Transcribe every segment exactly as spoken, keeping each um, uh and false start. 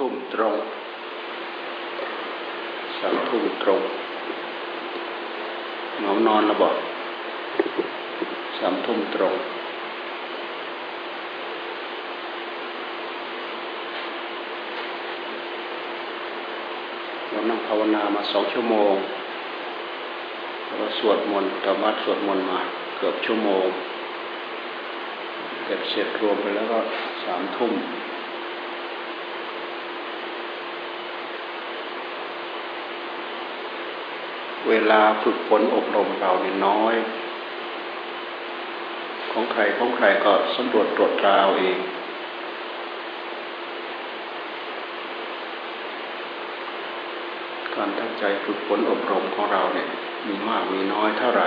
ทุ่มตรงสามทุ่มตรงหมอนอนแล้วบอกสามทุ่มตรงเรานั่งภาวนามาสองชั่วโมงเราสวดมนต์ธรรมะสวดมนต์มาเกือบชั่วโมงเก็บเสร็จรวมไปแล้วก็สามทุ่มเวลาฝึกฝนอบรมเราเนี่ยน้อยของใครของใครก็สำรวจตรวจตราเอาเองการตั้งใจฝึกฝนอบรมของเราเนี่ยมีมากมีน้อยเท่าไหร่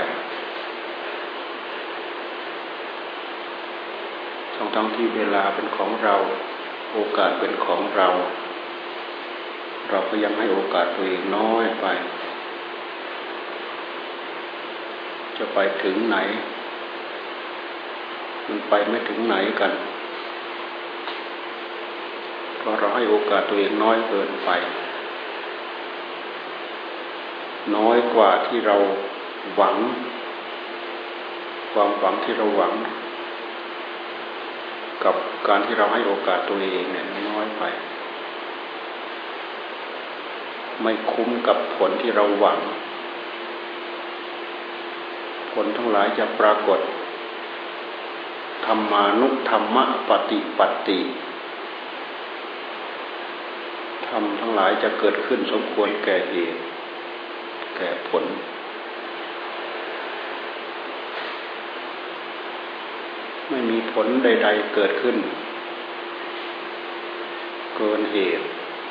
ทั้งทั้งที่เวลาเป็นของเราโอกาสเป็นของเราเราก็ยังให้โอกาสตัวเองน้อยไปจะไปถึงไหนมันไปไม่ถึงไหนกันเพราะเราให้โอกาสตัวเองน้อยเกินไปน้อยกว่าที่เราหวังความหวังที่เราหวังกับการที่เราให้โอกาสตัวเองเนี่ยน้อยไปไม่คุ้มกับผลที่เราหวังผลทั้งหลายจะปรากฏธรรมานุธรรมปฏิปัตติธรรมทั้งหลายจะเกิดขึ้นสมควรแก่เหตุแก่ผลไม่มีผลใดๆเกิดขึ้นเกินเหตุ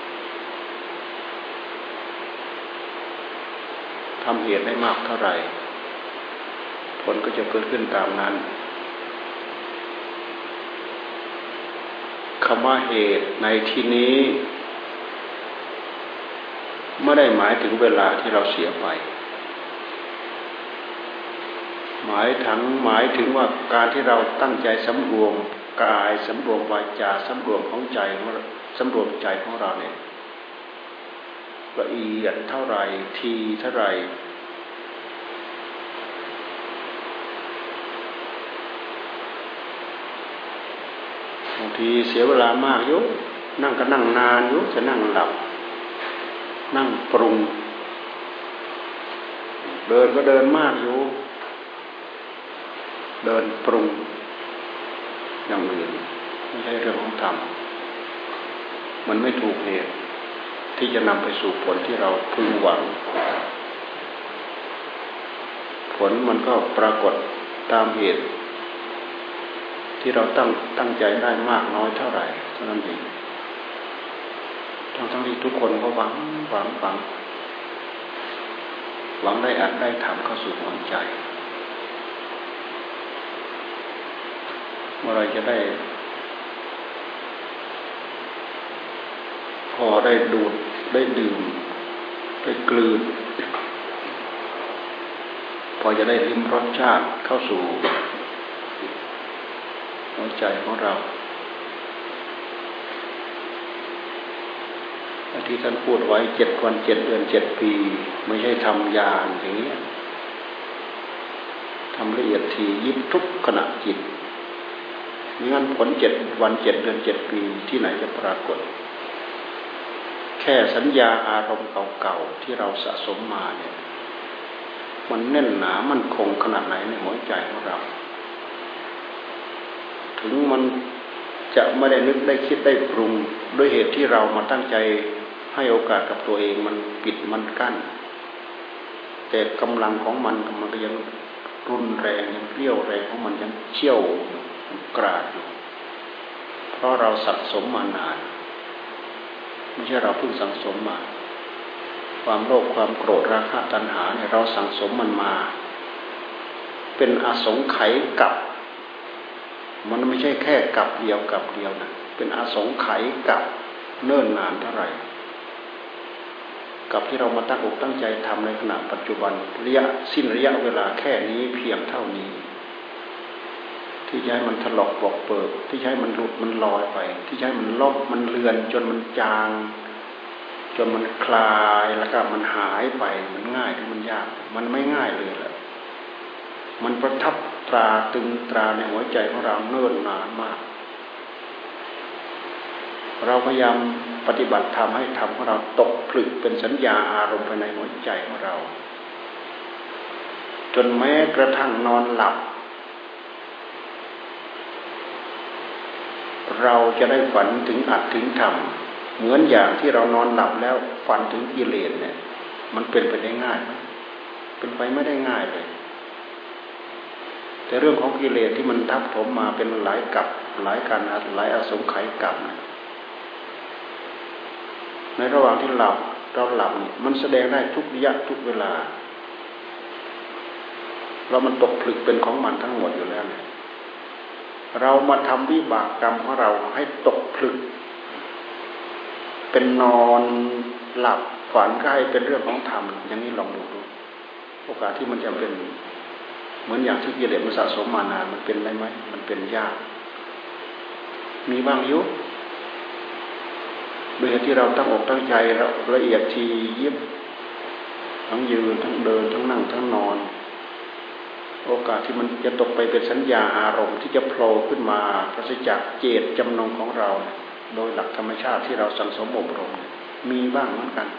ทำเหตุได้มากเท่าไหร่ผลก็จะเกิดขึ้นตามนั้นคำว่าเหตุในที่นี้ไม่ได้หมายถึงเวลาที่เราเสียไปหมายถึงหมายถึงว่าการที่เราตั้งใจสำรวมกายสำรวมวาจาสำรวมของใจสำรวมใจของเราเนี่ยละเอียดเท่าไหร่ทีเท่าไหร่บางทีเสียเวลามากอยู่นั่งก็นั่งนานอยู่จะนั่งหลับนั่งปรุงเดินก็เดินมากอยู่เดินปรุงอย่างอื่นไม่ใช่เรื่องของธรรมมันไม่ถูกเหตุที่จะนำไปสู่ผลที่เราพึงหวังผลมันก็ปรากฏตามเหตุที่เราตั้งตั้งใจได้มากน้อยเท่าไหร่เท่านั้นเองทั้งทั้งที่ทุกคนก็หวังหวังหวังหวังได้อัดได้ทำเข้าสู่หัวใจเมื่อไรจะได้พอได้ดูดได้ดื่มได้กลืนพอจะได้ลิ้มรสชาติเข้าสู่หัวใจของเราที่ท่านพูดไว้เจ็ดวันเจ็ดเดือนเจ็ดปีไม่ใช่ทำยานอย่างนี้ทำละเอียดทียิบทุกขณะจิตไม่งั้นผลเจ็ดวันเจ็ดเดือนเจ็ดปีที่ไหนจะปรากฏแค่สัญญาอารมณ์เก่าๆที่เราสะสมมาเนี่ยมันแน่นหนามันคงขนาดไหนในหัวใจของเราถึงมันจะไม่ได้นึกได้คิดได้ปรุงด้วยเหตุที่เรามาตั้งใจให้โอกาสกับตัวเองมันปิดมันกั้นแต่กำลังของมันมันก็ยังรุนแรงยังเปรี้ยวแรงของมันยังเชี่ยวกราดอยู่เพราะเราสะสมมานานไม่ใช่เราเพิ่งสั่งสมมาความโลภความโกรธราคะตัณหาเนี่ยเราสั่งสมมันมาเป็นอสงไขยกับมันไม่ใช่แค่กับเดียวกับเดียวนะเป็นอสงไขยกับเนิ่นนานเท่าไหร่กับที่เรามาตั้งอกตั้งใจทำในขณะปัจจุบันระยะสิ้นระยะเวลาแค่นี้เพียงเท่านี้ทที่จะให้มันถลอกปลอกเปิดที่จะให้มันหลุดมันลอยไปที่จะให้มันลบมันเลือนจนมันจางจนมันคลายแล้วก็มันหายไปมันง่ายหรือมันยากมันไม่ง่ายเลยแหละมันประทับตราตึงตราในหัวใจของเราเนิ่นนานมากเราพยายามปฏิบัติธรรมให้ธรรมของเราตกผลึกเป็นสัญญาอารมณ์ภายในหัวใจของเราจนแม้กระทั่งนอนหลับเราจะได้ฝันถึงอัตถึงธรรมเหมือนอย่างที่เรานอนหลับแล้วฝันถึงกิเลสเนี่ยมันเป็นไปได้ง่ายไหมเป็นไปไม่ได้ง่ายเลยแต่เรื่องของกิเลสที่มันทับถมมาเป็นหลายกับหลายการหลายอสงไขยกับในระหว่างที่หลับเราหลับมันแสดงได้ทุกระยะทุกเวลาเรามันตกผลึกเป็นของมันทั้งหมดอยู่แล้วเนี่ยเรามาทำวิบากกรรมของเราให้ตกผลึกเป็นนอนหลับฝันก็ให้เป็นเรื่องของธรรมอย่างนี้ลองดูดูโอกาสที่มันจะเป็นเหมือนอย่างที่กิเลสมันสะสมมานานมันเป็นได้ไหมมันเป็นยากมีบ้างยุบโดยที่เราตั้งอกตั้งใจเราละเอียดทียิบทั้งยืนทั้งเดินทั้งนั่งทั้งนอนโอกาสที่มันจะตกไปเป็นสัญญาอารมณ์ที่จะโผล่ขึ้นมาปราศจากเจตจำนงของเราโดยหลักธรรมชาติที่เราสังสมอบรมมีบ้างเหมือนกัน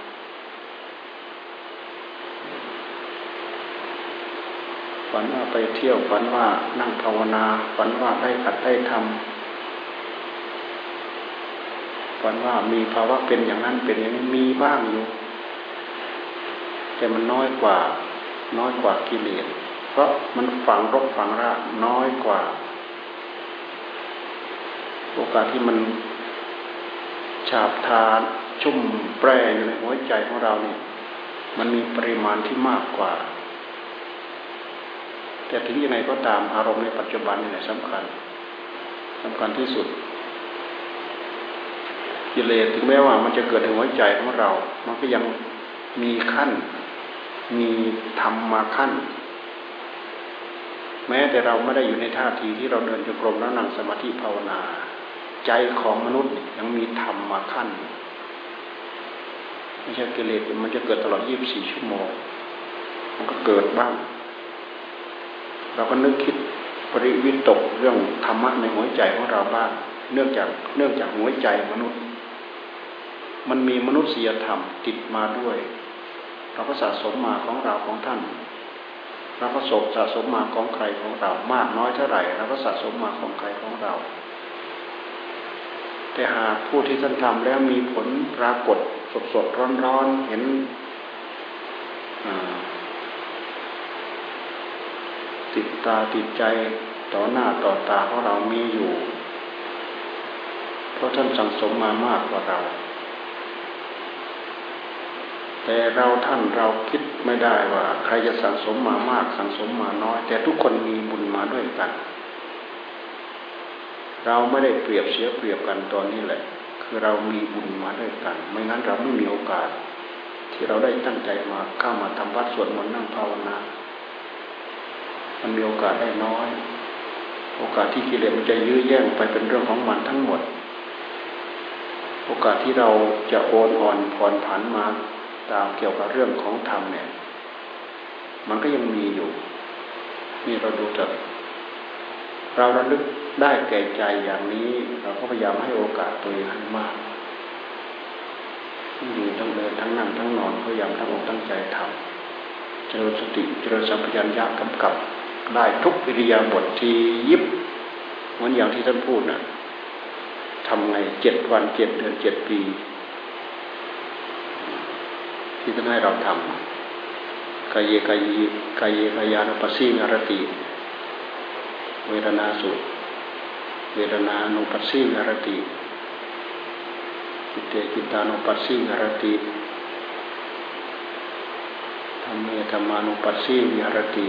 ฝันว่าไปเที่ยวฝันว่านั่งภาวนาฝันว่าได้ขัดได้ทำฝันว่ามีภาวะเป็นอย่างนั้นเป็นอย่างนี้มีบ้างอยู่แต่มันน้อยกว่าน้อยกว่ากิเลสเพราะมันฝังรกฝังรากน้อยกว่าโอกาสที่มันฉาบทาชุ่มแปรอยู่ในหัวใจของเราเนี่ยมันมีปริมาณที่มากกว่าแต่ถึงยังไงก็ตามอารมณ์ในปัจจุบันนี่แหละสำคัญสำคัญที่สุดกิเลสถึงแม้ว่ามันจะเกิดในหัวใจของเรามันก็ยังมีขั้นมีธรรมมาขั้นแม้แต่เราไม่ได้อยู่ในท่าทีที่เราเดินจงกรมแล้วนั่งสมาธิภาวนาใจของมนุษย์ยังมีธรรมมาขั้นไม่ใช่กิเลสมันจะเกิดตลอดยี่สิบสี่ชั่วโมงมันก็เกิดบ้างเราก็นึกคิดปริวิตกเรื่องธรรมะในหัวใจของเราบ้างเนื่องจากเนื่องจากหัวใจมนุษย์มันมีมนุษยธรรมติดมาด้วยเราก็สะสมมาของเราของท่านเราก็สะสมมาของใครของเรามากน้อยเท่าไหร่เราก็สะสมมาของใครของเราแต่หากผู้ที่ท่านทำแล้วมีผลปรากฏสดสดร้อนร้อนเห็นติดตาติดใจต่อหน้าต่อตาของเรามีอยู่เพราะท่านสั่งสมมามากกว่าเราแต่เราท่านเราคิดไม่ได้ว่าใครจะสั่งสมมามากสั่งสมมาน้อยแต่ทุกคนมีบุญมาด้วยกันเราไม่ได้เปรียบเสียเปรียบกันตอนนี้แหละคือเรามีบุญมาด้วยกันไม่งั้นเราไม่มีโอกาสที่เราได้ตั้งใจมาเข้ามาทำวัดสวดมนต์นั่งภาวนามันมีโอกาสได้น้อยโอกาสที่กิเลสมันจะยื้อแย่งไปเป็นเรื่องของมันทั้งหมดโอกาสที่เราจะโอนอ่อนผ่อนผันมาตามเกี่ยวกับเรื่องของธรรมเนี่ยมันก็ยังมีอยู่นี่เราดูเถอะเราระลึกได้แก่ใจอย่างนี้เราก็พยายามให้โอกาสตัวเองให้มากทั้งยืนทั้งเดินทั้งนั่งทั้งนอนพยายามตั้งอกตั้งใจทำเจริญสติเจริญสัมปชัญญะกำกับได้ทุกอิริยาบถที่ยิบเหมือนอย่างที่ท่านพูดน่ะทำไงเจ็ดวันเจ็ดเดือนเจ็ดปีที่ท่านให้เราทำกายเยกายกายเยกายานุปัสสิวิหารติเวทนาสุเวทนานุปัสสิวิหารติจิตเตจิตานุปัสสิวิหารติธัมเมธัมมานุปัสสิวิหารติ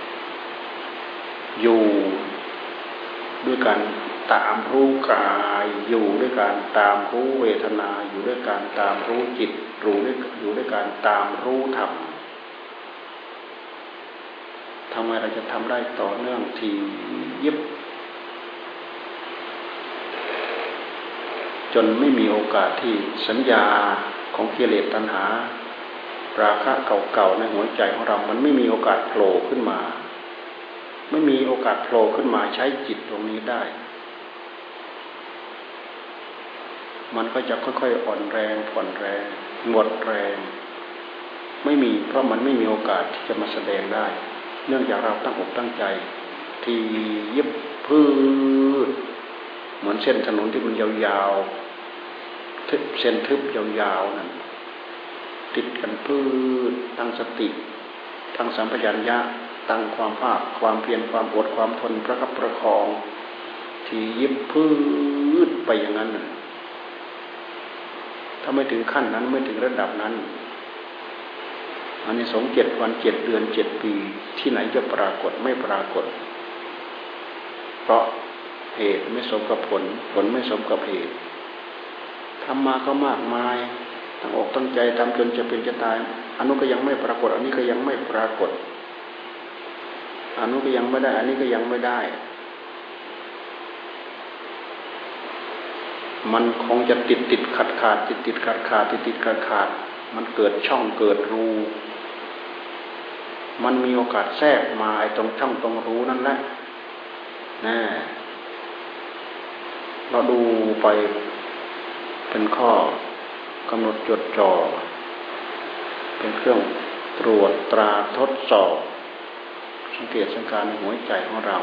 อยู่ด้วยการตามรู้กายอยู่ด้วยการตามรู้เวทนาอยู่ด้วยการตามรู้จิตรู้ด้วยอยู่ด้วยการตามรู้ธรรมทำไมเราจะทำได้ต่อเนื่องทียิบจนไม่มีโอกาสที่สัญญาของกิเลสตัณหาราคะเก่าๆในหัวใจของเรามันไม่มีโอกาสโผล่ขึ้นมาไม่มีโอกาสโผล่ขึ้นมาใช้จิตตรงนี้ได้มันก็จะค่อยๆอ่อนแรงผ่อนแรงหมดแรงไม่มีเพราะมันไม่มีโอกาสที่จะมาแสดงได้เนื่องจากเราตั้งอกตั้งใจที่ยิบพืชเหมือนเส้นถนนที่มันยาวๆทึบเส้นทึบยาวๆนั่นติดกันพืชตั้งสติตั้งสัมปชัญญะตั้งความภาคความเพียรความอดความทนประคับประคองที่ยิบพืชไปอย่างนั้นน่ะถ้าไม่ถึงขั้นนั้นไม่ถึงระดับนั้นอันนี้สงเจ็ดวันเจ็ดเดือนเจ็ดปีที่ไหนจะปรากฏไม่ปรากฏเพราะเหตุไม่สมกับผลผลไม่สมกับเหตุทำมาก็มากมายตั้งอกตั้งใจทำจนจะเป็นจะตายอันนู้นก็ยังไม่ปรากฏอันนี้ก็ยังไม่ปรากฏอันนู้นก็ยังไม่ได้อันนี้ก็ยังไม่ได้มันคงจะติดติดขัดขาดติดติดขัดขาดติดติดขัดขาดมันเกิดช่องเกิดรูมันมีโอกาสแทรกมาไอ้ตรงช่องตรงรูนั่นแหละนะเราดูไปเป็นข้อกำหนดจดจ่อเป็นเครื่องตรวจตราทดสอบสังเกตสังการในหัวใจของเรา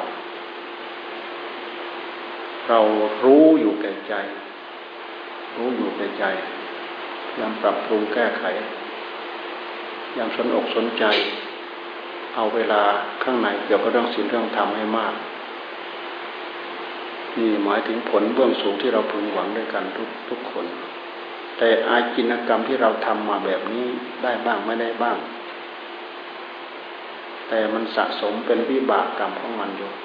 เรารู้อยู่แก่ใจรู้อยู่แก่ใจยามปรับปรุงแก้ไขยามสนอกสนใจเอาเวลาข้างในเกี่ยวกับเรื่องศีลเรื่องธรรมให้มากนี่หมายถึงผลเบื้องสูงที่เราพึงหวังด้วยกันทุกทุกคนแต่อาจินกรรมที่เราทำมาแบบนี้ได้บ้างไม่ได้บ้างแต่มันสะสมเป็นวิบากกรรมของมันอยู่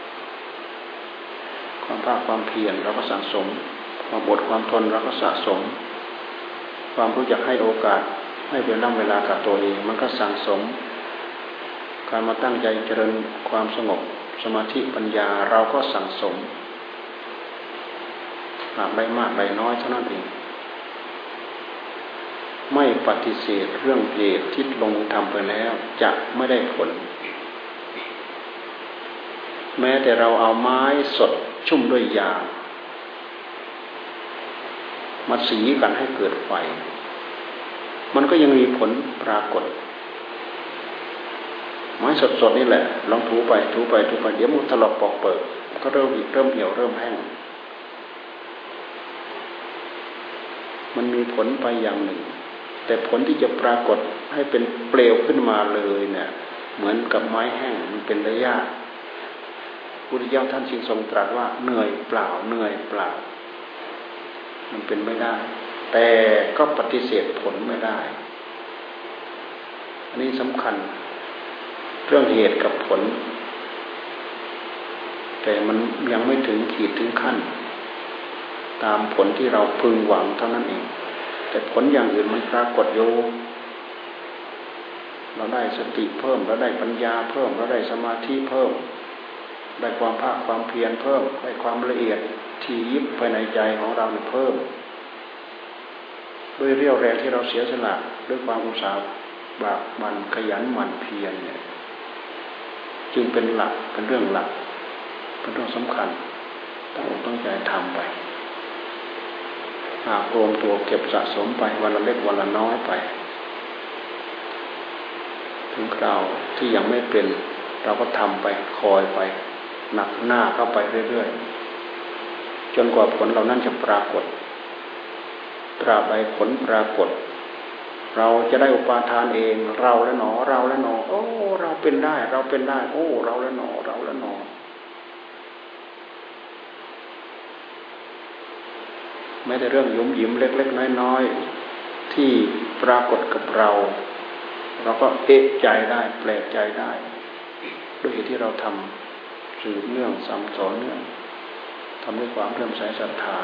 ความภาคความเพียรเราก็สะสมความอดความทนเราก็สะสมความรู้จักให้โอกาสให้เวลาเวลากับตัวเองมันก็สั่งสมการมาตั้งใจเจริญความสงบสมาธิปัญญาเราก็สั่งสมมากได้มากได้น้อยเท่านั้นเองไม่ปฏิเสธเรื่องเหตุที่ลงทำไปแล้วจะไม่ได้ผลแม้แต่เราเอาไม้สดชุ่มด้วยยางมาสีกันให้เกิดไฟมันก็ยังมีผลปรากฏไม้สดๆนี่แหละลองถูไปถูไปถูไปเดี๋ยวมันถลอกปอกเปิดก็เริ่มเริ่มเหี่ยวเริ่มแห้งมันมีผลไปอย่างหนึ่งแต่ผลที่จะปรากฏให้เป็นเปลวขึ้นมาเลยเนี่ยเหมือนกับไม้แห้งมันเป็นระยะพุทธเจ้าท่านจึงทรงตรัสว่าเหนื่อยเปล่าเหนื่อยเปล่ามันเป็นไม่ได้แต่ก็ปฏิเสธผลไม่ได้อันนี้สำคัญเรื่องเหตุกับผลแต่มันยังไม่ถึงขีดถึงขั้นตามผลที่เราพึงหวังเท่านั้นเองแต่ผลอย่างอื่นมันปรากฏอยู่เราได้สติเพิ่มเราได้ปัญญาเพิ่มเราได้สมาธิเพิ่มได้ความภาคความเพียรเพิ่มได้ความละเอียดที่ยิบภายในใจของเราเพิ่มด้วยเรี่ยวแรงที่เราเสียสละด้วยความอุตสาห์บากบั่นขยันหมั่นเพียรเนี่ยจึงเป็นหลักเป็นเรื่องหลักเป็นเรื่องสำคัญต้องตั้งใจทำไปหากรวมตัวเก็บสะสมไปวันละเล็กวันละน้อยไปถึงคราวที่ยังไม่เป็นเราก็ทำไปคอยไปหนักหน้าเข้าไปเรื่อยๆจนกว่าผลเหล่านั้นจะปรากฏตราบใดผลปรากฏเราจะได้อุปาทานเองเราแล้วหนอเราแล้วหนอโอ้เราเป็นได้เราเป็นได้โอ้เราแล้วหนอเราแล้วหนอแม้แต่เรื่องหยุมหยิมเล็กๆน้อยๆที่ปรากฏกับเราเราก็เอะใจได้แปลกใจได้ด้วยเหตุที่เราทำสืบเนื่องซ้ำซ้อนเนื่องทำด้วยความเลื่อมใสศรัทธา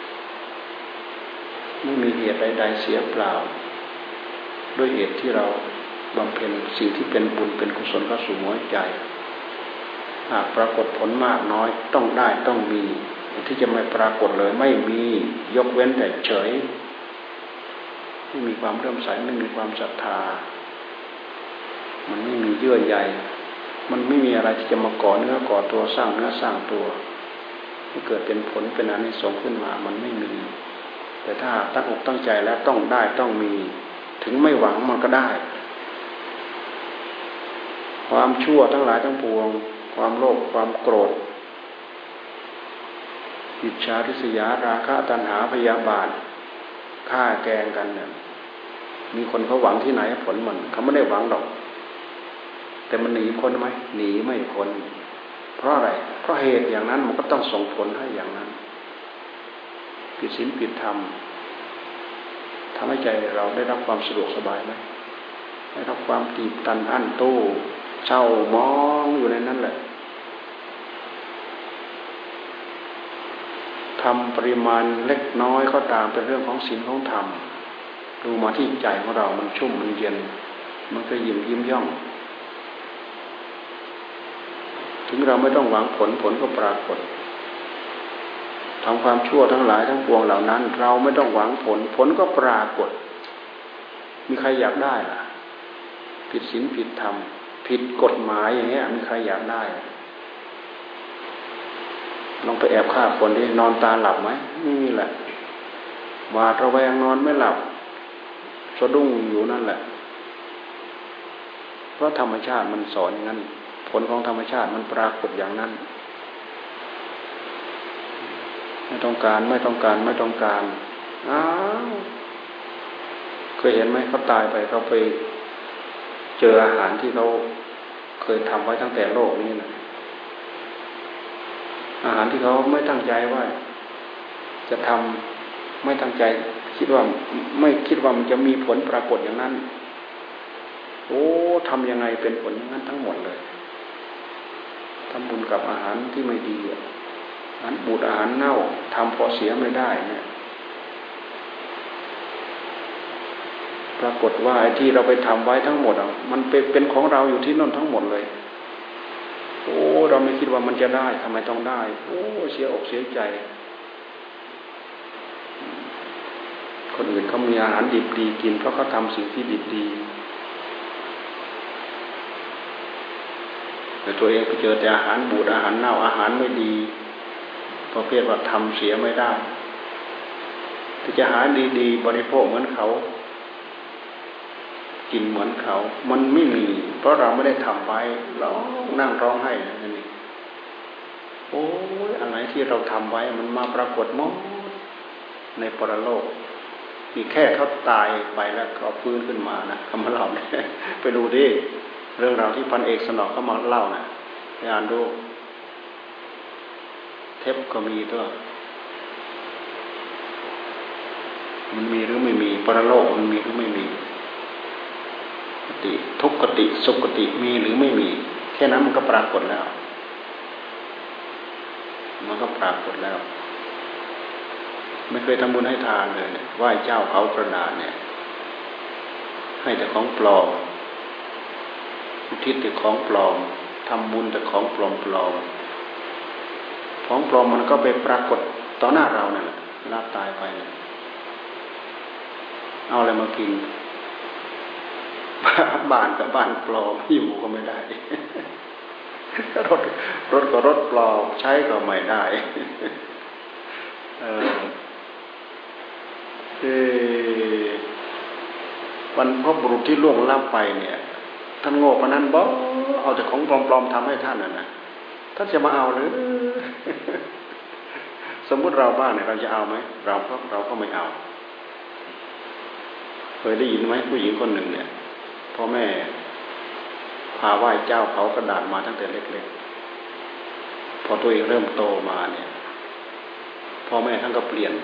ไม่มีเหตุใดๆเสียเปล่าด้วยเหตุที่เราบำเพ็ญสิ่งที่เป็นบุญเป็นกุศลเข้าสู่หัวใจหากปรากฏผลมากน้อยต้องได้ต้องมีที่จะไม่ปรากฏเลยไม่มียกเว้นแต่เฉยไม่มีความเริ่อมใสไม่มีความศรัทธามันไม่มีเยื่อใยมันไม่มีอะไรที่จะมาก่อเนื้อก่อตัวสร้างเนื้อสร้างตัวให้เกิดเป็นผลเป็นอานิสงส์ขึ้นมามันไม่มีแต่ถ้าตั้งอกตั้งใจแล้วต้องได้ต้องมีถึงไม่หวังมันก็ได้ความชั่วทั้งหลายทั้งปวงความโลภความโกรธอิจฉาริษยาราคะตัณหาพยาบาทฆ่าแกงกันเนี่ยมีคนเขาหวังที่ไหนผลมันเขาไม่ได้หวังหรอกแต่มันหนีพ้นไหมหนีไม่พ้นเพราะอะไรเพราะเหตุอย่างนั้นมันก็ต้องส่งผลให้อย่างนั้นผิดศีลผิดธรรมทำให้ใจเราได้รับความสะดวกสบายไหมได้รับความตีบตันอั้นตู้เศร้ามองอยู่ในนั้นแหละทำปริมาณเล็กน้อยก็ตามเป็นเรื่องของศีลของธรรมดูมาที่ใจของเรามันชุ่มมันเย็นมันก็ยิ้มยิ้มย่องถึงเราไม่ต้องหวังผลผลก็ปรากฏทำความชั่วทั้งหลายทั้งปวงเหล่านั้นเราไม่ต้องหวังผลผลก็ปรากฏมีใครอยากได้ล่ะผิดศีลผิดธรรมผิดกฎหมายอย่างเงี้ยมีใครอยากได้ลองไปแอบฆ่าคนที่นอนตาหลับไหมไม่มีแหละหวาดระแวงนอนไม่หลับสะดุ้งอยู่นั่นแหละเพราะธรรมชาติมันสอนอย่างนั้นผลของธรรมชาติมันปรากฏอย่างนั้นไม่ต้องการไม่ต้องการไม่ต้องการอ้าวเคยเห็นไหมเขาตายไปเขาไปเจออาหารที่เขาเคยทำไว้ตั้งแต่โลกนี้นะอาหารที่เขาไม่ตั้งใจว่าจะทำไม่ตั้งใจคิดว่าไม่คิดว่ามันจะมีผลปรากฏอย่างนั้นโอ้ทำยังไงเป็นผลอย่างนั้นทั้งหมดเลยทำบุญกับอาหารที่ไม่ดีอาหารบูดอาหารเน่าทำพอเสียไม่ได้เนี่ยปรากฏว่าไอ้ที่เราไปทำไว้ทั้งหมดอ่ะมันเป็นเป็นของเราอยู่ที่นั่นทั้งหมดเลยโอ้เราไม่คิดว่ามันจะได้ทำไมต้องได้โอ้เสียอกเสียใจคนอื่นเขามีอาหารดิบดีกินเพราะเขาทำสิ่งที่ดิบดีแต่ตัวเองไปเจอแต่อาหารบูดอาหารเน่าอาหารไม่ดีประเภทว่าทำเสียไม่ได้ที่จะหาดีๆบริโภคเหมือนเขากินเหมือนเขามันไม่มีเพราะเราไม่ได้ทำไว้เรานั่งร้องไห้นั่นเองโอ้ยอะไรที่เราทำไว้มันมาปรากฏหมดในปรโลกนี่แค่เขาตายไปแล้วเขาฟื้นขึ้นมานะเขามาเล่าเนี่ยไปดูดิเรื่องราวที่พันเอกสนอเขามาเล่านะไปอ่านดูเทปก็มีตัวมันมีหรือไม่มีปรโลกมันมีหรือไม่มีกติทุกขติสุขติมีหรือไม่มีแค่นั้นมันก็ปรากฏแล้วมันก็ปรากฏแล้วไม่เคยทำบุญให้ทานเลยไหว้เจ้าเขากระดาษเนี่ยให้แต่ของปลอมอุทิศแต่ของปลอมทำบุญแต่ของปลอมปลอมของปลอมมันก็ไปปรากฏต่อหน้าเราเนี่ยลาตายไปเอาอะไรมากินบ้านกับบ้านปลอมอยู่ก็ไม่ได้รถรถก็รถปลอมใช้ก็ไม่ได้เออเออวันพบบุรุษที่ล่วงลับไปเนี่ยท่านโง่ปานนั้นบ่เอาแต่ของปลอมๆทำให้ท่านน่ะนะท่านจะมาเอาหรือสมมุติเราบ้านเนี่ยเราจะเอาไหมเราก็เราก็ไม่เอาเคยได้ยินไหมผู้หญิงคนหนึ่งเนี่ยพ่อแม่พาไหว้เจ้าเขากระดาษมาตั้งแต่เล็กๆพอตัวเองเริ่มโตมาเนี่ยพ่อแม่ท่านก็เปลี่ยน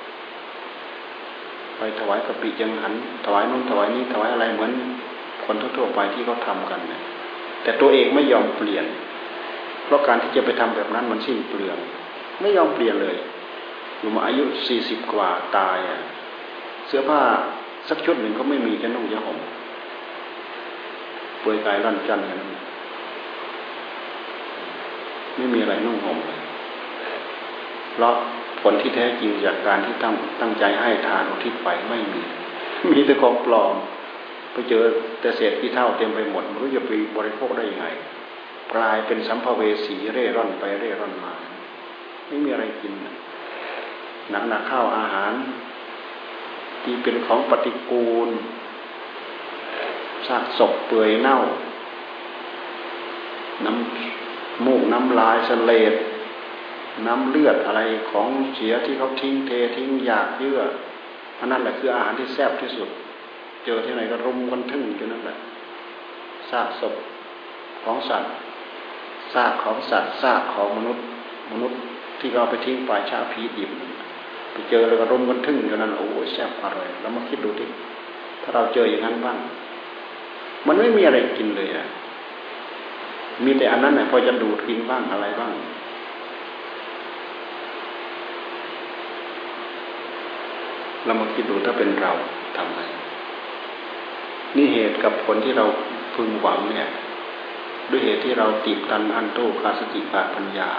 ไปถวายกะปิจังหันถวายนู่นถวายนี้ถวายอะไรเหมือนคนทั่วๆไปที่เขาทำกันเนี่ยแต่ตัวเองไม่ยอมเปลี่ยนเพราะการที่จะไปทำแบบนั้นมันสิ้นเปลืองไม่ยอมเปลี่ยนเลยอยู่มาอายุสี่สิบกว่าตายอ่ะเสื้อผ้าสักชุดหนึ่งก็ไม่มีจะนุ่งจะห่มเปลือยกายร่อนจันกันไม่มีอะไรนุ่งห่มเพราะผลที่แท้จริงจากการที่ตั้งตั้งใจให้ทานอุทิศไปไม่มีมีแต่ของปลอมไปเจอแต่เศษขี้เถ้าเต็มไปหมดไม่รู้จะไปบริโภคได้ยังไงกลายเป็นสัมภเวสีเร่ร่อนไปเร่ร่อนมาไม่มีอะไรกินหนักหนักข้าวอาหารที่เป็นของปฏิกูลซากศพเปื่อยเน่าน้ำมูกน้ำลายเสลดน้ำเลือดอะไรของเสียที่เขาทิ้งเททิ้งอยากเยื่ออันนั้นแหละคืออาหารที่แซ่บที่สุดเจอที่ไหนก็รุมกันทึ่งอยู่นั่นแหละซากศพของสัตว์ซากของสัตว์ซากของมนุษย์มนุษย์ที่เราไปทิ้งปลายชาผีดิบไปเจอแล้วก็รุมกันทึ่งอยู่นั่นโอ้ยแซ่บอร่อยแล้วมาคิดดูดิถ้าเราเจออย่างนั้นบ้างมันไม่มีอะไรกินเลยอ่ะมีแต่อันนั้นแหละพอจะดูดกินบ้างอะไรบ้างเรามาคิดดูถ้าเป็นเราทำไงนี่เหตุกับผลที่เราพึงหวังเนี่ยด้วยเหตุที่เราติดตันอันโตขาดสติขาดปัญญา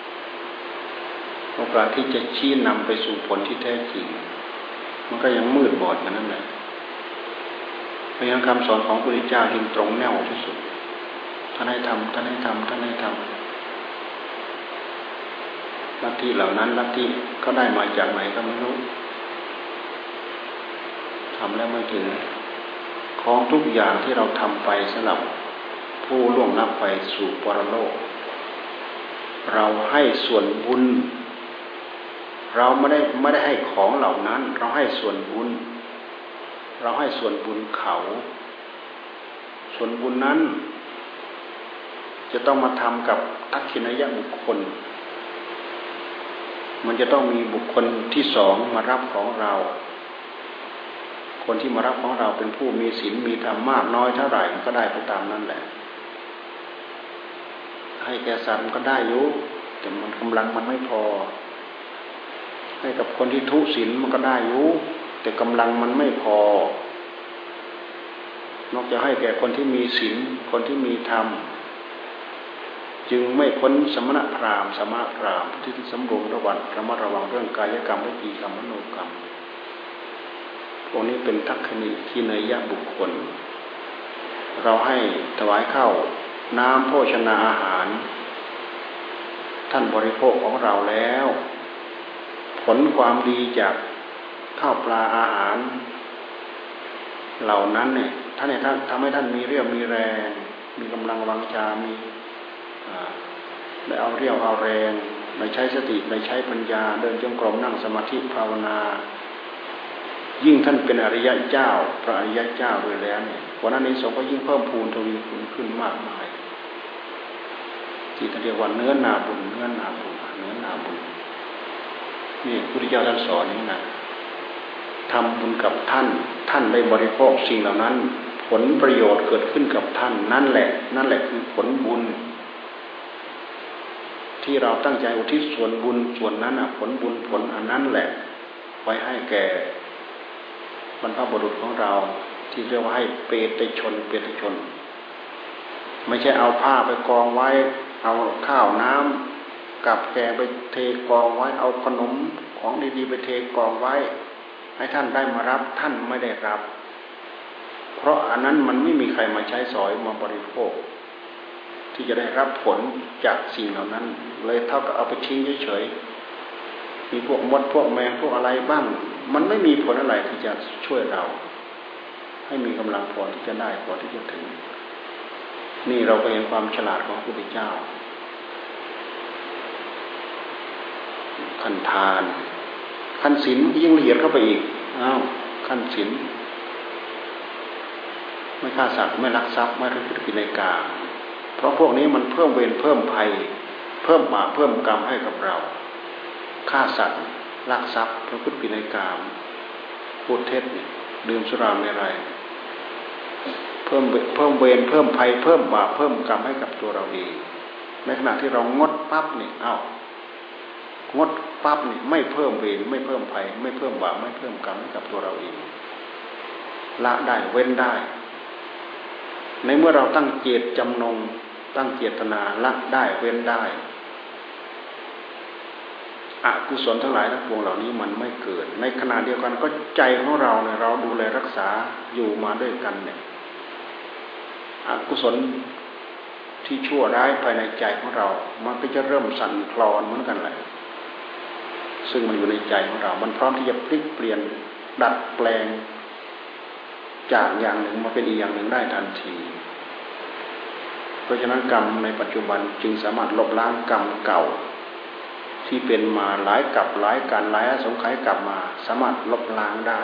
โอกาสที่จะชี้นำไปสู่ผลที่แท้จริงมันก็ยังมืดบอดกันนั่นแหละเพราะงั้นคำสอนของพระพุทธเจ้าจึงตรงแนวที่สุดท่านให้ทำท่านให้ทำท่านให้ทำลัทธิเหล่านั้นลัทธิเขาได้มาจากไหนก็ไม่รู้ทำแล้วไม่ถึงของทุกอย่างที่เราทำไปสำหรับผู้ล่วงลับไปสู่ปรโลกเราให้ส่วนบุญเราไม่ได้ไม่ได้ให้ของเหล่านั้นเราให้ส่วนบุญเราให้ส่วนบุญเขาส่วนบุญนั้นจะต้องมาทำกับทักขิณยบุคคลมันจะต้องมีบุคคลที่สองมารับของเราคนที่มารับของเราเป็นผู้มีศีลมีธรรมมากน้อยเท่าไหร่ก็ได้ไปตามนั้นแหละให้แก่สัตว์มันก็ได้อยู่แต่มันกำลังมันไม่พอให้กับคนที่ทุศีลมันก็ได้อยู่แต่กำลังมันไม่พอนอกจากให้แก่คนที่มีศีลคนที่มีธรรมจึงไม่พ้นสมณพราหมณ์สมณพราหมณ์ที่สำรวมระวังระมัดระวังเรื่องกายกรรมวิจีกรรมมโนกรรมพวกนี้เป็นทักขิณีเนยบุคคลเราให้ถวายข้าวน้ำโภชนาอาหารท่านบริโภคของเราแล้วผลความดีจากข้าวปลาอาหารเหล่านั้นเนี่ยท่านเนี่ยท่านทำให้ท่านมีเรี่ยวมีแรงมีกำลังวังชามีได้เอาเรี่ยวเอาแรงได้ใช้สติได้ใช้ปัญญาเดินจงกรมนั่งสมาธิภาวนายิ่งท่านเป็นอริยะเจ้าพระอริยะเจ้าด้วยแล้วเนี่ยวันนั้นนี้สงฆ์ก็ยิ่งเพิ่มพูนทวีคูณขึ้นมากมายที่เรียกว่าเนื้อนาบุญเนื้อนาบุญเนื้อนาบุญนี่พระพุทธเจ้าท่านสอนนี้นะทำบุญกับท่านท่านได้บริโภคสิ่งเหล่านั้นผลประโยชน์เกิดขึ้นกับท่านนั่นแหละนั่นแหละคือผลบุญที่เราตั้งใจอุทิศส่วนบุญส่วนนั้นอ่ะผลบุญผลอันนั้นแหละไว้ให้แก่บรรพบุรุษของเราที่เรียกว่าให้เปตชนเปตชนไม่ใช่เอาผ้าไปกองไว้เอาข้าวน้ำกับแกงไปเทกองไว้เอาขนมของดีๆไปเทกองไว้ให้ท่านได้มารับท่านไม่ได้รับเพราะอันนั้นมันไม่มีใครมาใช้สอยมาบริโภคที่จะได้รับผลจากสิ่งเหล่านั้นเลยเท่ากับเอาไปทิ้งเฉยๆมีพวกมดพวกแมงพวกอะไรบ้างมันไม่มีผลอะไรที่จะช่วยเราให้มีกำลังพอที่จะได้พอที่จะถึงนี่เราก็เห็นความฉลาดของพระพุทธเจ้าขั้นทานขั้นศีลยิ่งละเอียดเข้าไปอีกอ้าวขั้นศีลไม่ฆ่าสัตว์ไม่ลักทรัพย์ไม่ประพฤติผิดในกามเพราะพวกนี้มันเพิ่มเวรเพิ่มภัยเพิ่มบาปเพิ่มกรรมให้กับเราฆ่าสัตว์ลักทรัพย์ประพฤติผิดในกามพูดเท็จดื่มสุราเมรัยเพิ่มเพิ่มเวรเพิ่มภัยเพิ่มบาปเพิ่มกรรมให้กับตัวเราเองในขณะที่เรางดปั๊บนี่อ้าวงดปั๊บนี่ไม่เพิ่มเวรไม่เพิ่มภัยไม่เพิ่มบาปไม่เพิ่มกรรมให้กับตัวเราเองละได้เว้นได้ในเมื่อเราตั้งเจตจำนงตั้งเจตนาละได้เว้นได้อกุศลทั้งหลายทั้งปวงเหล่านี้มันไม่เกิดในขณะเดียวกันก็ใจของเราเนี่ยเราดูแลรักษาอยู่มาด้วยกันเนี่ยอกุศลที่ชั่วร้ายภายในใจของเรามันก็จะเริ่มสั่นคลอนเหมือนกันแหละซึ่งมันอยู่ในใจของเรามันพร้อมที่จะพลิกเปลี่ยนดัดแปลงจากอย่างหนึ่งมาเป็นอีกอย่างหนึ่งได้ทันทีเพราะฉะนั้นกรรมในปัจจุบันจึงสามารถลบล้างกรรมเก่าที่เป็นมาหลายกับหลายการหลายสงไขยกลับมาสามารถลบล้างได้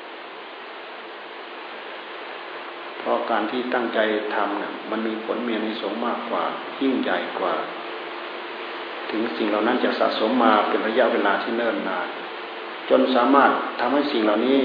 เพราะการที่ตั้งใจทำเนี่ยมันมีผลมีอานิสงส์มากกว่ายิ่งใหญ่กว่าถึงสิ่งเหล่านั้นจะสะสมมาเป็นระยะเวลาที่เนิ่นนานจนสามารถทำให้สิ่งเหล่านี้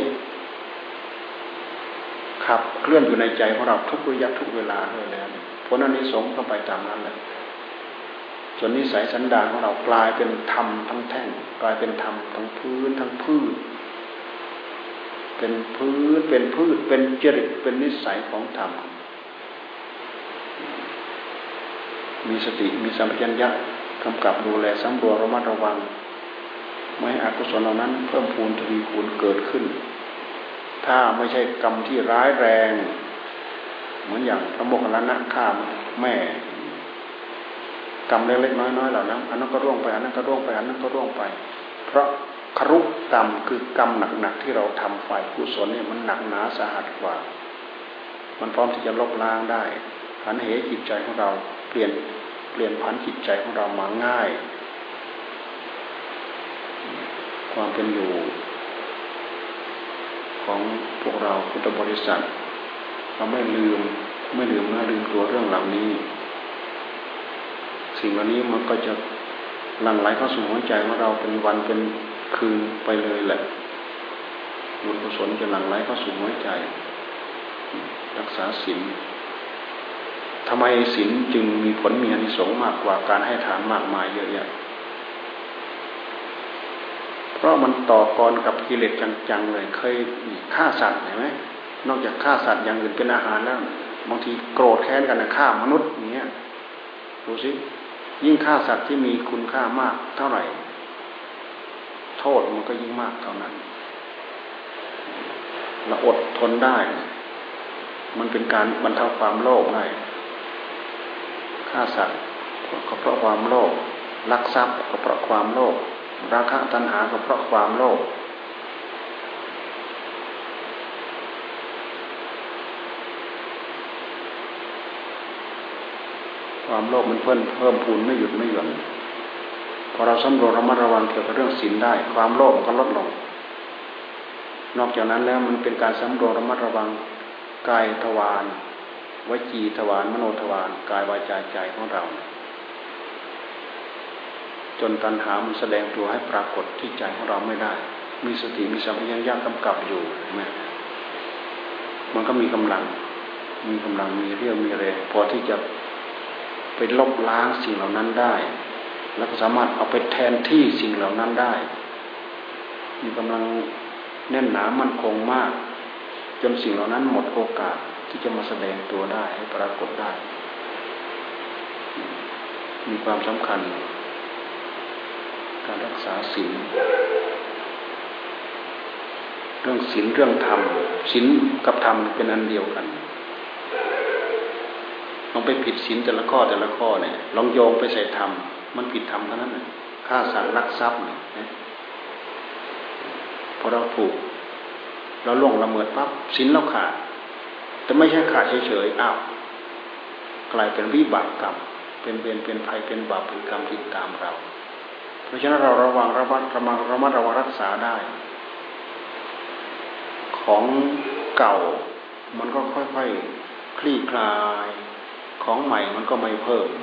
ขับเคลื่อนอยู่ในใจของเราทุกระยะทุกเวลาด้วยแล้วผลอานิสงส์ก็ไปตามนั้นแหละจนนิสัยสันดานของเรากลายเป็นธรรมทั้งแท่งกลายเป็นธรรมทั้งพื้นทั้งพืชเป็นพื้นเป็นพืชเป็นจริตเป็นนิสัยของธรรมมีสติมีสัมปชัญญะกำกับดูแลสำรวมระมัดระวังไม่ให้อกุศลเหล่านั้นเพิ่มพูนทวีคูณเกิดขึ้นถ้าไม่ใช่กรรมที่ร้ายแรงเหมือนอย่างพระโมคคัลลานะฆ่าแม่กรรมเล็กๆน้อยๆเหล่านั้นอันนั้นก็ร่วงไปอันนั้นก็ร่วงไปอันนั้นก็ร่วงไปเพราะครุกรรมคือกรรมหนักๆที่เราทำฝ่ายกุศลเนี่ยมันหนักหนาสาหัสกว่ามันพร้อมที่จะลบล้างได้ผันเหจิตใจของเราเปลี่ยนเปลี่ยนผันจิตใจของเรามาง่ายความเป็นอยู่ของพวกเราพุทธบริษัทเราไม่ลืมไม่ลืมเนื้อลืมตัวเรื่องเหล่านี้สิ่งเหล่านี้มันก็จะหลั่งไหลเข้าสู่หัวใจของเราเป็นวันเป็นคืนไปเลยแหละบุญกุศลจะหลั่งไหลเข้าสู่หัวใจรักษาศีลทำไมศีลจึงมีผลมีอานิสงส์มากกว่าการให้ทานมากมายเยอะแยะเพราะมันต่อกรกับกิเลสจังๆเลยเคยฆ่าสัตว์เห็นไหมนอกจากฆ่าสัตว์อย่างอื่นเป็นอาหารแล้วบางทีโกรธแค้นกันนะฆ่ามนุษย์อย่างเงี้ยดูสิยิ่งฆ่าสัตว์ที่มีคุณค่ามากเท่าไหร่โทษมันก็ยิ่งมากเท่านั้นเราอดทนได้มันเป็นการบรรเทาความโลภได้ฆ่าสัตว์ก็เพราะความโลภลักทรัพย์ก็เพราะความโลภราคะตัณหาก็เพราะความโลภความโลภมันเพิ่มเพิ่มพูนไม่หยุดไม่หย่อนพอเราสำรวจระมัดระวังเกี่ยวกับเรื่องศีลได้ความโลภมันก็ลดลงนอกจากนั้นแล้วมันเป็นการสำรวจระมัดระวังกายทวารวจีทวารมโนทวารกายวาจาใจของเราจนตัณหามันแสดงตัวให้ปรากฏที่ใจของเราไม่ได้มีสติมีสัมปชัญญะกำกับอยู่ใช่ไหมมันก็มีกำลังมีกำลังมีเรี่ยวมีแรงพอที่จะไปลบล้างสิ่งเหล่านั้นได้แล้วก็สามารถเอาไปแทนที่สิ่งเหล่านั้นได้มีกำลังแน่นหนามั่นคงมากจนสิ่งเหล่านั้นหมดโอกาสที่จะมาแสดงตัวได้ให้ปรากฏได้มีความสำคัญการรักษาศีลเรื่องศีลเรื่องธรรมศีลกับธรรมเป็นอันเดียวกันลองไปผิดศีลแต่ละข้อแต่ละข้อเนี่ยลองโยงไปใส่ธรรมมันผิดธรรมเท่านั้นเลยฆ่าสัตว์ลักทรัพย์เนี่ยพอเราถูกเราล่วงละเมิดปั๊บศีลเราขาดแต่ไม่ใช่ขาดเฉยๆอ้าวกลายเป็นวิบากกรรมเป็นเวรเป็นภัยเป็นบาปเป็นกรรมติดตามเราเพราะฉะนั้นเราระวังระมัดระวังระมัดระวังรักษาได้ของเก่ามันก็ค่อยๆคลี่คลายของใหม่มันก็ไม่เพิ่ม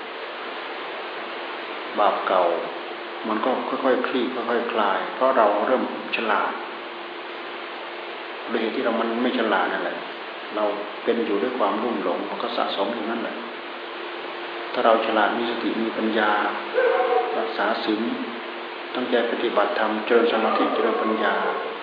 บาปเก่ามันก็ค่อยๆคลี่ค่อยๆคลายเพราะเราเริ่มฉลาดโดยเหตุที่เรามันไม่ฉลาดนั่นแหละเราเป็นอยู่ด้วยความรุ่มหลงมันก็สะสมอย่างนั้นแหละถ้าเราฉลาดมีสติมีปัญญารักษาศีลตั้งใจปฏิบัติธรรมเจริญสมาธิเจริญปัญญา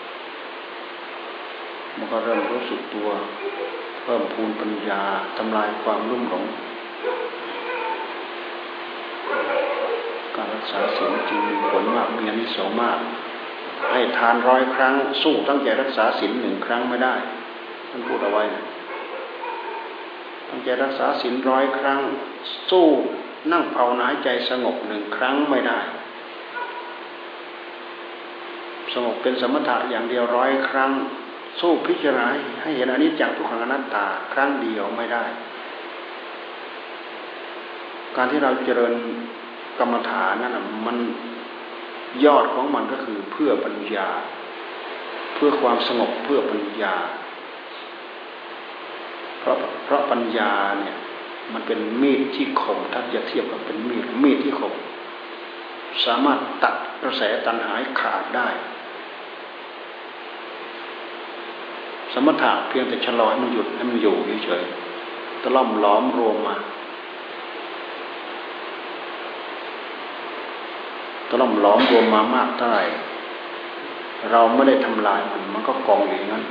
มันก็เริ่มรู้สึกตัวเพิ่มพูนปัญญาทำลายความรุ่มหลงการรักรักษาศีลจึงมีผลมากมีอานิสงส์มากให้ทานร้อยครั้งสู้ตั้งใจรักษาศีลหนึ่งครั้งไม่ได้ท่านพูดเอาไว้ตั้งใจรักษาศีลร้อยครั้งสู้นั่งภาวนาให้ใจสงบหนึ่งครั้งไม่ได้สงบเป็นสมถะอย่างเดียวร้อยครั้งสู้พิจารณาให้เห็นอนิจจังทุกขังอนัตตาครั้งเดียวไม่ได้การที่เราเจริญกรรมฐานนั่นน่ะมันยอดของมันก็คือเพื่อปัญญาเพื่อความสงบเพื่อปัญญาเพราะเพราะปัญญาเนี่ยมันเป็นมีดที่คมถ้าจะเทียบกับเป็นมีดมีดที่คมสามารถตัดกระแสตัณหาขาดได้สมถะเพียงแต่ชะลอให้มันหยุดให้มันอยู่เฉยๆตะล่อมล้อมรวมมาตะล่อมล้อมรวมมามากเท่าไหร่เราไม่ได้ทำลายมันมันก็กองอยู่อย่างนั้น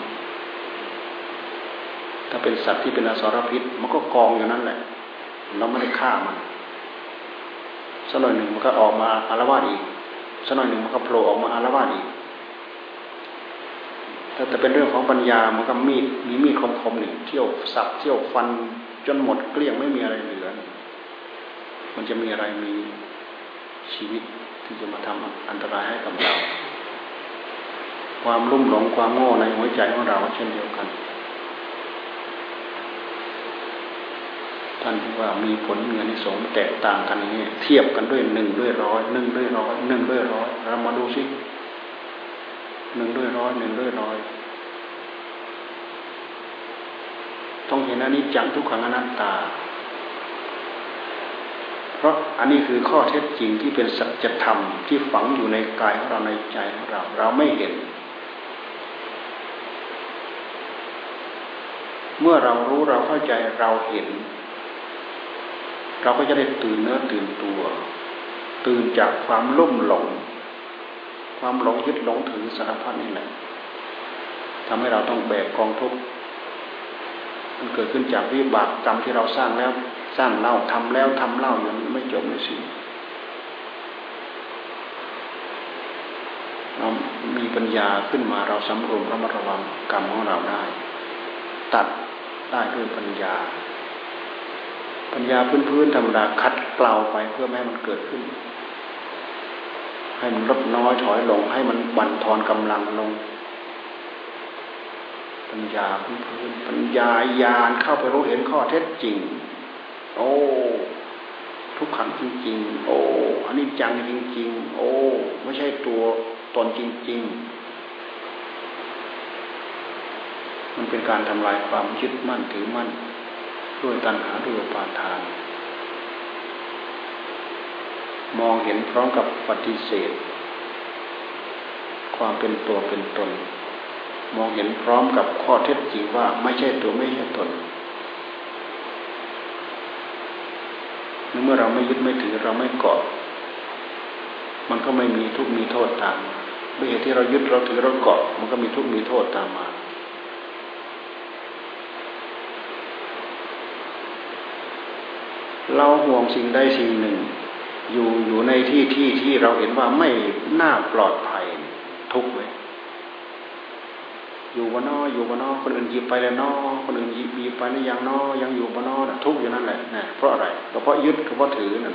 ถ้าเป็นสัตว์ที่เป็นอสรพิษมันก็กองอยู่นั่นแหละเราไม่ได้ฆ่ามันสักหน่อยหนึ่งมันก็ออกมาอาละวาดอีกสักหน่อยหนึ่งมันก็โผล่ออกมาอาละวาดอีกแต่แต่เป็นเรื่องของปัญญามันก็มีดมีมีดคมๆหนึ่งเที่ยวสับเที่ยวฟันจนหมดเกลี้ยงไม่มีอะไรเหลือมันจะมีอะไรมีชีวิตที่จะมาทำอันตรายให้กับเราความลุ่มหลงความโง่ในหัวใจของเราเช่นเดียวกันท่านที่ว่ามีผลมีอานิสงส์แตกต่างกันอย่างนี้เทียบกันด้วยหนึ่งด้วยร้อยหนึ่งด้วยร้อยหนึ่งด้วยร้อยเรามาดูสิหนึ่งด้วยร้อยหนึ่งด้วยร้อยต้องเห็นอนิจจังทุกขังอนัตตาเพราะอันนี้คือข้อเท็จจริงที่เป็นสัจธรรมที่ฝังอยู่ในกายของเราในใจของเราเราไม่เห็นเมื่อเรารู้เราเข้าใจเราเห็นเราก็จะได้ตื่นเนื้อตื่นตัวตื่นจากความลุ่มหลงความหลงยึดหลงถือสารพัดนี่แหละทำให้เราต้องแบกกองทุกข์มันเกิดขึ้นจากวิบากกรรมที่เราสร้างแล้วสร้างเล่าทำแล้วทำเล่าอย่างนี้ไม่จบไม่สิ้นเรามีปัญญาขึ้นมาเราสำรวมระมัดระวังกรรมของเราได้ตัดได้ด้วยปัญญาปัญญาพื้นๆธรรมดาคัดเกลาไปเพื่อไม่ให้มันเกิดขึ้นให้มันลดน้อยถอยลงให้มันบั่นทอนกำลังลงปัญญาพื้นๆปัญญาญาณเข้าไปรู้เห็นข้อเท็จจริงโอ้ทุกขังจริงๆโอ้อนิจจังจริงๆโอ้ไม่ใช่ตัวตนจริงๆมันเป็นการทำลายความยึดมั่นถือมั่นด้วยตัณหาด้วยอุปาทานมองเห็นพร้อมกับปฏิเสธความเป็นตัวเป็นตนมองเห็นพร้อมกับข้อเท็จจริงว่าไม่ใช่ตัวไม่ใช่ตนเมื่อเราไม่ยึดไม่ถือเราไม่เกาะมันก็ไม่มีทุกข์มีโทษตามมาด้วยเหตุที่เรายึดเราถือเราเกาะมันก็มีทุกข์มีโทษตามมาเราห่วงสิ่งใดสิ่งหนึ่งอยู่อยู่ในที่ที่ที่เราเห็นว่าไม่น่าปลอดภัยทุกข์ไหมอยู่บนนออยู่บนนอคนอื่นหยิบไปแล้วนอคนอื่นหยิบหยิบไปแล้วยังนอยังอยู่บนนอน่ะทุกข์อยู่นั่นแหละนะเพราะอะไรก็เพราะยึดก็เพราะถือนั่น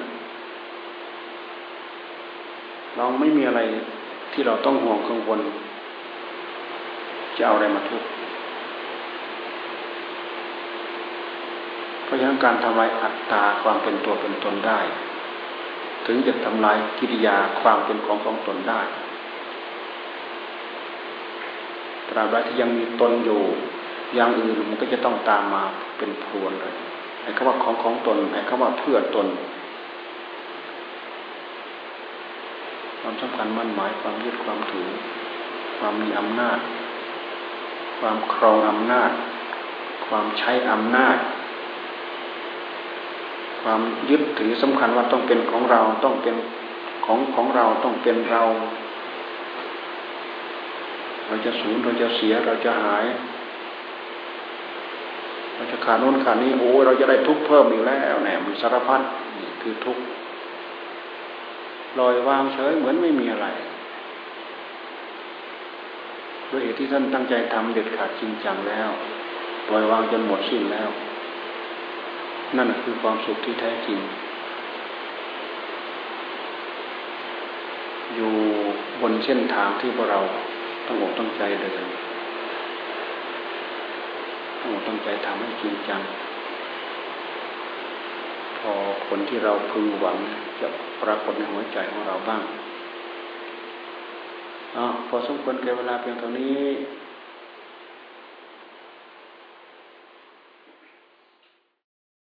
เราไม่มีอะไรที่เราต้องห่วงกังวลจะเอาอะไรมาทุกข์เพราะฉะนั้นการทำลายอัตตาความเป็นตัวเป็นตนได้ถึงจะทำลายกิริยาความเป็นของของตนได้ตราบใดที่ยังมีตนอยู่อย่างอื่นมันก็จะต้องตามมาเป็นพรวนเลยไอ้คำว่าของของตนไอ้คำว่าเพื่อตนความสำคัญมั่นหมายความยึดความถือความมีอำนาจความครองอำนาจความใช้อำนาจความยึดถือสำคัญว่าต้องเป็นของเราต้องเป็นของของเราต้องเป็นเราเราจะสูญเราจะเสียเราจะหายเราจะขาดโน้นขาดนี้โอ้เราจะได้ทุกข์เพิ่มอีกแล้วเนี่ยมันสารพัดนี่คือทุกข์ปล่อยวางเฉยเหมือนไม่มีอะไรด้วยเหตุที่ท่านตั้งใจทำเด็ดขาดจริงจังแล้วปล่อยวางจนหมดสิ้นแล้วนั่นคือความสุขที่แท้จริงอยู่บนเส้นทางที่พวกเราตั้งอกตั้งใจเดินตั้งอกตั้งใจทำให้จริงจังพอผลที่เราพึงหวังจะปรากฏในหัวใจของเราบ้างอ๋อพอสมควรแก่เวลาเพียงเท่านี้